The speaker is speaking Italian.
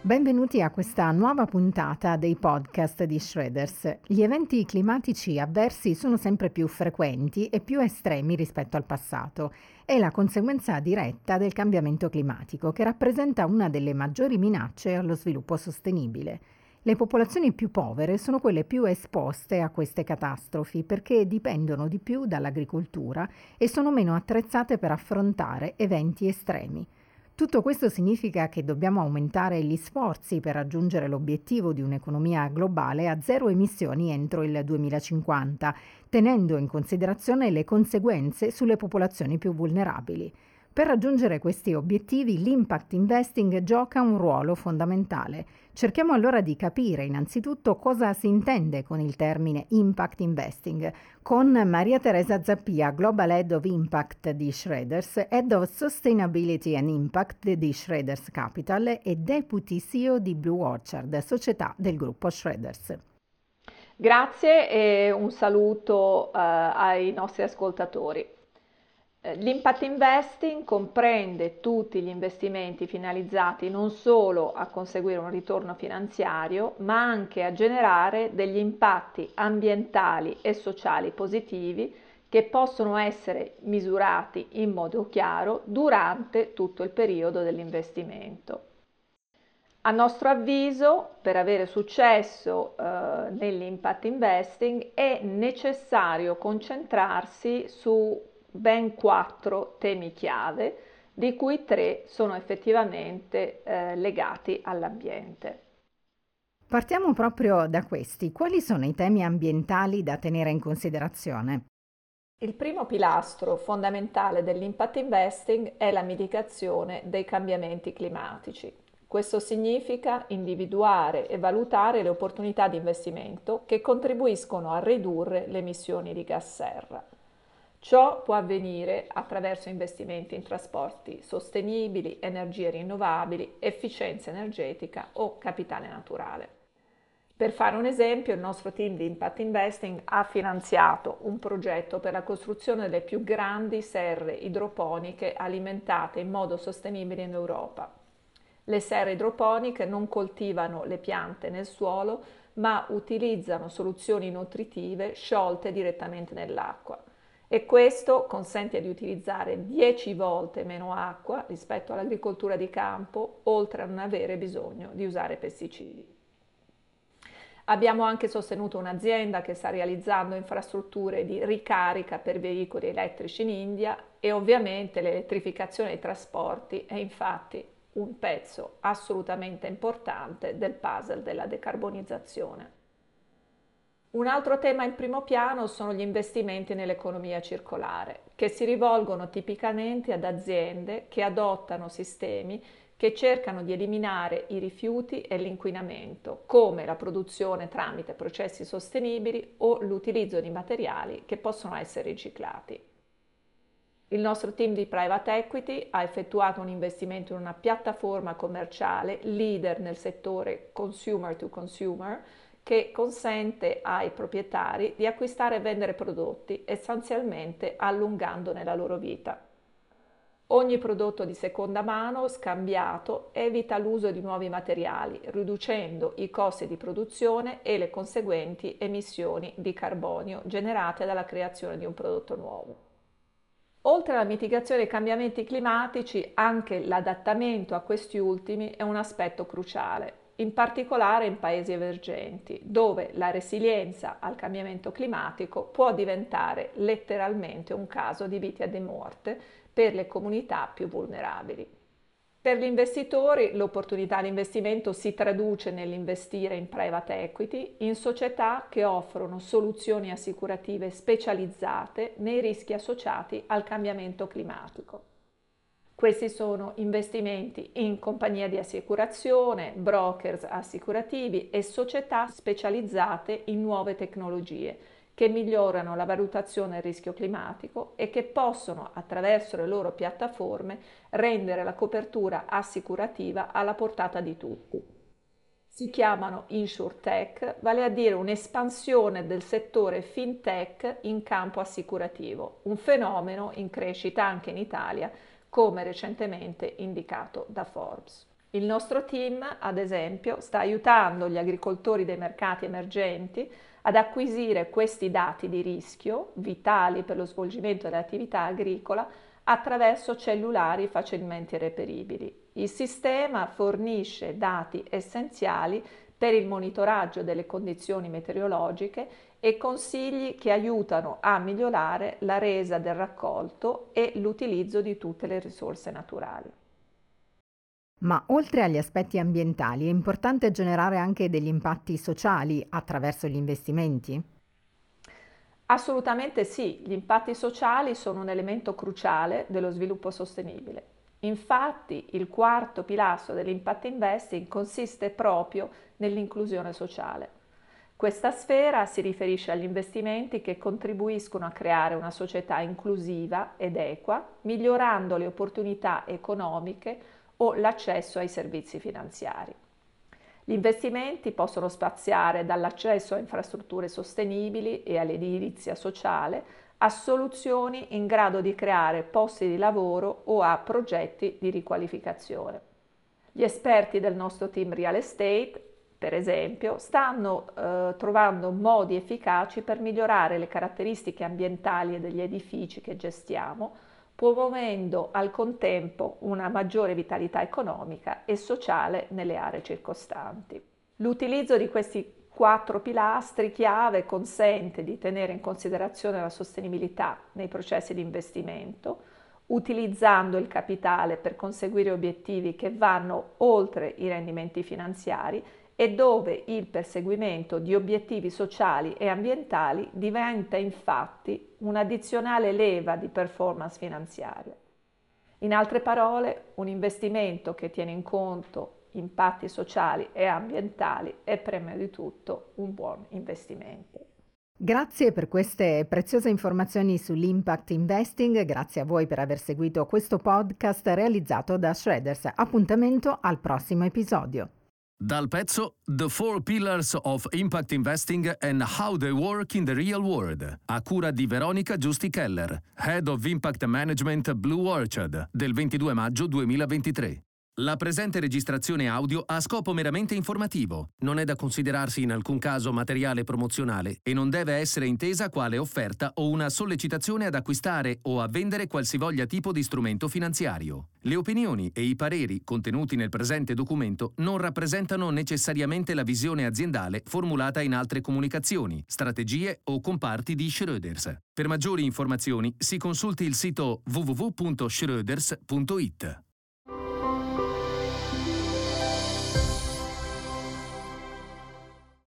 Benvenuti a questa nuova puntata dei podcast di Shredders. Gli eventi climatici avversi sono sempre più frequenti e più estremi rispetto al passato. È la conseguenza diretta del cambiamento climatico, che rappresenta una delle maggiori minacce allo sviluppo sostenibile. Le popolazioni più povere sono quelle più esposte a queste catastrofi perché dipendono di più dall'agricoltura e sono meno attrezzate per affrontare eventi estremi. Tutto questo significa che dobbiamo aumentare gli sforzi per raggiungere l'obiettivo di un'economia globale a zero emissioni entro il 2050, tenendo in considerazione le conseguenze sulle popolazioni più vulnerabili. Per raggiungere questi obiettivi, l'impact investing gioca un ruolo fondamentale. Cerchiamo allora di capire innanzitutto cosa si intende con il termine impact investing, con Maria Teresa Zappia, Global Head of Impact di Shredders, Head of Sustainability and Impact di Shredders Capital e Deputy CEO di Blue Orchard, società del gruppo Shredders. Grazie e un saluto ai nostri ascoltatori. L'impact investing comprende tutti gli investimenti finalizzati non solo a conseguire un ritorno finanziario, ma anche a generare degli impatti ambientali e sociali positivi che possono essere misurati in modo chiaro durante tutto il periodo dell'investimento. A nostro avviso, per avere successo nell'impact investing è necessario concentrarsi su ben 4 temi chiave, di cui 3 sono effettivamente legati all'ambiente. Partiamo proprio da questi. Quali sono i temi ambientali da tenere in considerazione? Il primo pilastro fondamentale dell'impact investing è la mitigazione dei cambiamenti climatici. Questo significa individuare e valutare le opportunità di investimento che contribuiscono a ridurre le emissioni di gas serra. Ciò può avvenire attraverso investimenti in trasporti sostenibili, energie rinnovabili, efficienza energetica o capitale naturale. Per fare un esempio, il nostro team di Impact Investing ha finanziato un progetto per la costruzione delle più grandi serre idroponiche alimentate in modo sostenibile in Europa. Le serre idroponiche non coltivano le piante nel suolo, ma utilizzano soluzioni nutritive sciolte direttamente nell'acqua. E questo consente di utilizzare 10 volte meno acqua rispetto all'agricoltura di campo, oltre a non avere bisogno di usare pesticidi. Abbiamo anche sostenuto un'azienda che sta realizzando infrastrutture di ricarica per veicoli elettrici in India e ovviamente l'elettrificazione dei trasporti è infatti un pezzo assolutamente importante del puzzle della decarbonizzazione. Un altro tema in primo piano sono gli investimenti nell'economia circolare, che si rivolgono tipicamente ad aziende che adottano sistemi che cercano di eliminare i rifiuti e l'inquinamento, come la produzione tramite processi sostenibili o l'utilizzo di materiali che possono essere riciclati. Il nostro team di Private Equity ha effettuato un investimento in una piattaforma commerciale leader nel settore consumer to consumer che consente ai proprietari di acquistare e vendere prodotti essenzialmente allungandone la loro vita. Ogni prodotto di seconda mano scambiato evita l'uso di nuovi materiali, riducendo i costi di produzione e le conseguenti emissioni di carbonio generate dalla creazione di un prodotto nuovo. Oltre alla mitigazione dei cambiamenti climatici, anche l'adattamento a questi ultimi è un aspetto cruciale, in particolare in paesi emergenti, dove la resilienza al cambiamento climatico può diventare letteralmente un caso di vita e morte per le comunità più vulnerabili. Per gli investitori l'opportunità di investimento si traduce nell'investire in private equity, in società che offrono soluzioni assicurative specializzate nei rischi associati al cambiamento climatico. Questi sono investimenti in compagnie di assicurazione, brokers assicurativi e società specializzate in nuove tecnologie che migliorano la valutazione del rischio climatico e che possono, attraverso le loro piattaforme, rendere la copertura assicurativa alla portata di tutti. Si chiamano InsurTech, vale a dire un'espansione del settore fintech in campo assicurativo, un fenomeno in crescita anche in Italia, come recentemente indicato da Forbes. Il nostro team, ad esempio, sta aiutando gli agricoltori dei mercati emergenti ad acquisire questi dati di rischio, vitali per lo svolgimento dell'attività agricola, attraverso cellulari facilmente reperibili. Il sistema fornisce dati essenziali per il monitoraggio delle condizioni meteorologiche e consigli che aiutano a migliorare la resa del raccolto e l'utilizzo di tutte le risorse naturali. Ma oltre agli aspetti ambientali, è importante generare anche degli impatti sociali attraverso gli investimenti? Assolutamente sì, gli impatti sociali sono un elemento cruciale dello sviluppo sostenibile. Infatti, il quarto pilastro dell'impact investing consiste proprio nell'inclusione sociale. Questa sfera si riferisce agli investimenti che contribuiscono a creare una società inclusiva ed equa, migliorando le opportunità economiche o l'accesso ai servizi finanziari. Gli investimenti possono spaziare dall'accesso a infrastrutture sostenibili e all'edilizia sociale a soluzioni in grado di creare posti di lavoro o a progetti di riqualificazione. Gli esperti del nostro team real estate, per esempio, stanno trovando modi efficaci per migliorare le caratteristiche ambientali degli edifici che gestiamo, promuovendo al contempo una maggiore vitalità economica e sociale nelle aree circostanti. L'utilizzo di questi 4 pilastri chiave consente di tenere in considerazione la sostenibilità nei processi di investimento, utilizzando il capitale per conseguire obiettivi che vanno oltre i rendimenti finanziari e dove il perseguimento di obiettivi sociali e ambientali diventa infatti un'addizionale leva di performance finanziaria. In altre parole, un investimento che tiene in conto impatti sociali e ambientali è prima di tutto un buon investimento. Grazie per queste preziose informazioni sull'impact investing, grazie a voi per aver seguito questo podcast realizzato da Shredders. Appuntamento al prossimo episodio. Dal pezzo The 4 Pillars of Impact Investing and How They Work in the Real World, a cura di Veronica Giusti Keller, Head of Impact Management Blue Orchard, del 22 maggio 2023. La presente registrazione audio ha scopo meramente informativo, non è da considerarsi in alcun caso materiale promozionale e non deve essere intesa quale offerta o una sollecitazione ad acquistare o a vendere qualsivoglia tipo di strumento finanziario. Le opinioni e i pareri contenuti nel presente documento non rappresentano necessariamente la visione aziendale formulata in altre comunicazioni, strategie o comparti di Schroders. Per maggiori informazioni si consulti il sito www.schroders.it.